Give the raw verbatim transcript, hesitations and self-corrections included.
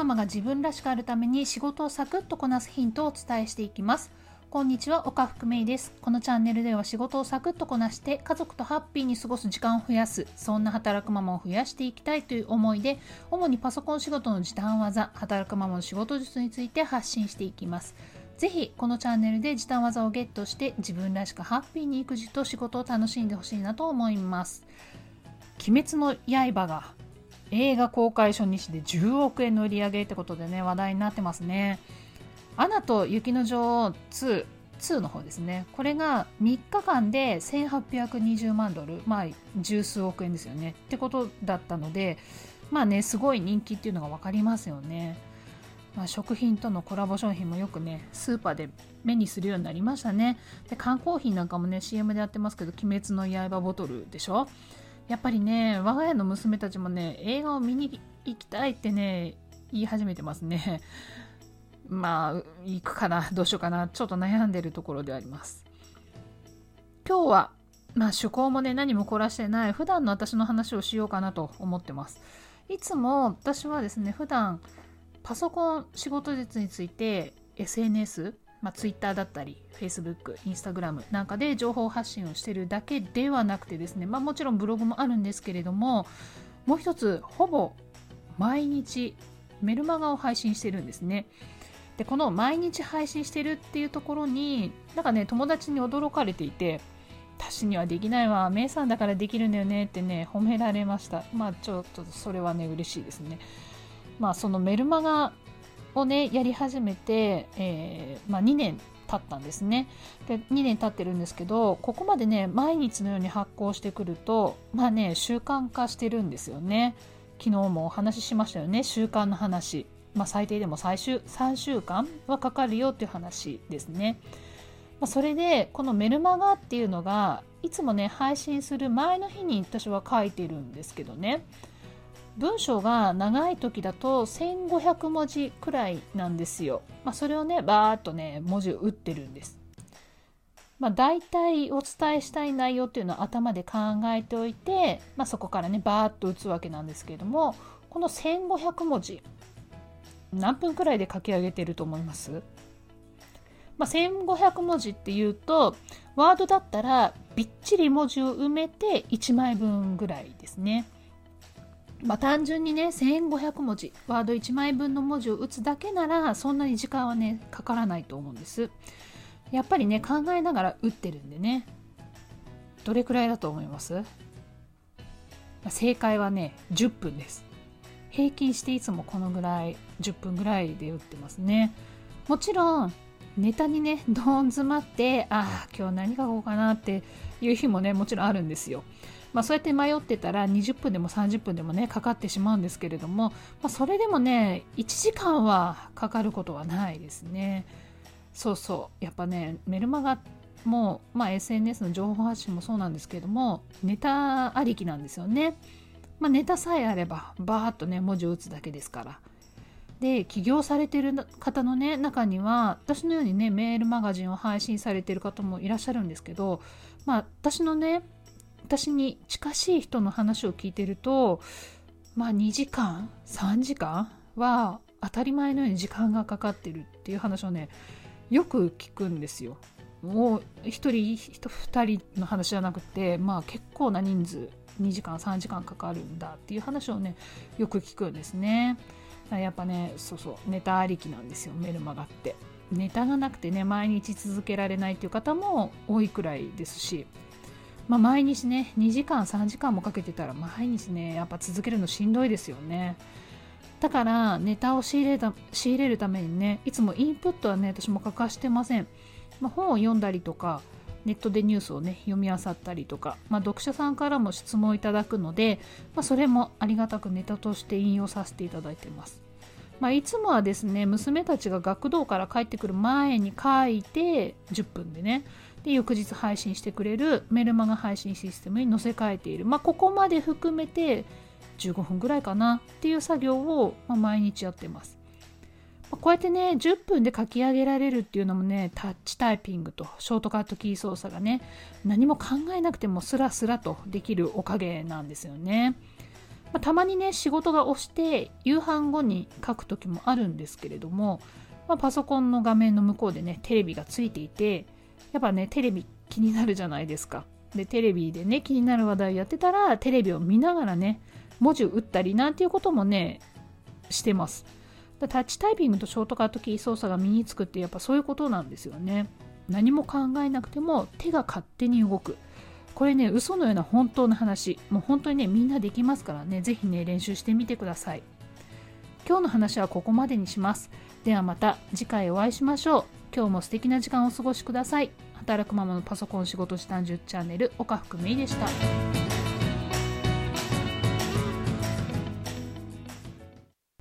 マが自分らしくあるために仕事をサクッとこなすヒントをお伝えしていきます。こんにちは、岡福芽衣です。このチャンネルでは仕事をサクッとこなして家族とハッピーに過ごす時間を増やす、そんな働くママを増やしていきたいという思いで、主にパソコン仕事の時短技、働くママの仕事術について発信していきます。ぜひこのチャンネルで時短技をゲットして自分らしくハッピーに育児と仕事を楽しんでほしいなと思います。鬼滅の刃が映画公開初日でじゅうおくえんの売り上げってことでね、話題になってますね。アナと雪の女王ツー、ツーの方ですね。これがみっかかんでせんはっぴゃくにじゅうまんドル、まあ十数億円ですよねってことだったので、まあね、すごい人気っていうのが分かりますよね。まあ、食品とのコラボ商品もよくね、スーパーで目にするようになりましたね。で、缶コーヒーなんかもね シーエム でやってますけど、鬼滅の刃ボトルでしょ。やっぱりね、我が家の娘たちもね、映画を見に行きたいってね言い始めてますね。まあ行くかな、どうしようかな、ちょっと悩んでるところであります。今日はまあ趣向もね何も凝らしてない普段の私の話をしようかなと思ってます。いつも私はですね、普段パソコン仕事術について エスエヌエス、まあ、Twitter だったり Facebook、Instagram なんかで情報発信をしてるだけではなくてですね、まあ、もちろんブログもあるんですけれども、もう一つほぼ毎日メルマガを配信してるんですね。で、この毎日配信してるっていうところになんかね、友達に驚かれていて、私にはできないわ、メイさんだからできるんだよねってね褒められました。まあちょっとそれはね嬉しいですね。まあそのメルマガをねやり始めて、えーまあ、にねん経ったんですね。でにねん経ってるんですけど、ここまでね毎日のように発行してくるとまあね習慣化してるんですよね。昨日もお話ししましたよね、習慣の話。まあ、最低でも最終さんしゅうかんはかかるよっていう話ですね。まあ、それでこのメルマガっていうのがいつもね配信する前の日に私は書いてるんですけどね、文章が長い時だとせんごひゃくもじくらいなんですよ。まあ、それをねバーっとね文字を打ってるんです。まあ、大体お伝えしたい内容っていうのを頭で考えておいて、まあ、そこからねバーっと打つわけなんですけれども、このせんごひゃくもじ何分くらいで書き上げてると思います？まあ、せんごひゃくもじっていうとワードだったらびっちり文字を埋めていちまいぶんぐらいですね。まあ、単純にねせんごひゃくもじワードいちまいぶんの文字を打つだけならそんなに時間はねかからないと思うんです。やっぱりね考えながら打ってるんでね。どれくらいだと思います？まあ、正解はねじゅっぷんです。平均していつもこのぐらいじゅっぷんぐらいで打ってますね。もちろんネタにねドーン詰まって、ああ今日何書こうかなっていう日もねもちろんあるんですよ。まあ、そうやって迷ってたらにじゅっぷんでもさんじゅっぷんでもねかかってしまうんですけれども、まあ、それでもねいちじかんはかかることはないですね。そうそう、やっぱねメルマガも、まあ、エスエヌエス の情報発信もそうなんですけれどもネタありきなんですよね。まあ、ネタさえあればバーッとね文字を打つだけですから。で、起業されている方のね中には私のようにねメールマガジンを配信されている方もいらっしゃるんですけど、まあ私のね私に近しい人の話を聞いてると、まあにじかんさんじかんは当たり前のように時間がかかってるっていう話をねよく聞くんですよ。もう一人二人の話じゃなくて、まあ結構な人数にじかんさんじかんかかるんだっていう話をねよく聞くんですね。やっぱねそうそうネタありきなんですよメルマガって。ネタがなくてね毎日続けられないっていう方も多いくらいですし、まあ、毎日ねにじかんさんじかんもかけてたら毎日ねやっぱ続けるのしんどいですよね。だからネタを仕入れた仕入れるためにねいつもインプットはね私も欠かしてません。まあ、本を読んだりとかネットでニュースをね読み漁ったりとか、まあ、読者さんからも質問いただくので、まあ、それもありがたくネタとして引用させていただいています。まあ、いつもはですね娘たちが学童から帰ってくる前に書いてじゅっぷんでねで翌日配信してくれるメルマガ配信システムに載せ替えている、まあ、ここまで含めてじゅうごふんぐらいかなっていう作業を、まあ、毎日やってます。こうやってねじゅっぷんで書き上げられるっていうのもねタッチタイピングとショートカットキー操作がね何も考えなくてもスラスラとできるおかげなんですよね。 まあ、たまにね仕事が押して夕飯後に書く時もあるんですけれども、まあ、パソコンの画面の向こうでねテレビがついていて、やっぱねテレビ気になるじゃないですか。でテレビでね気になる話題やってたらテレビを見ながらね文字を打ったりなんていうこともねしてます。タッチタイピングとショートカットキー操作が身につくってやっぱそういうことなんですよね。何も考えなくても手が勝手に動く。これね嘘のような本当の話、もう本当にねみんなできますからね、ぜひね練習してみてください。今日の話はここまでにします。ではまた次回お会いしましょう。今日も素敵な時間をお過ごしください。働くママのパソコン仕事時短じゅうチャンネル岡福芽衣でした。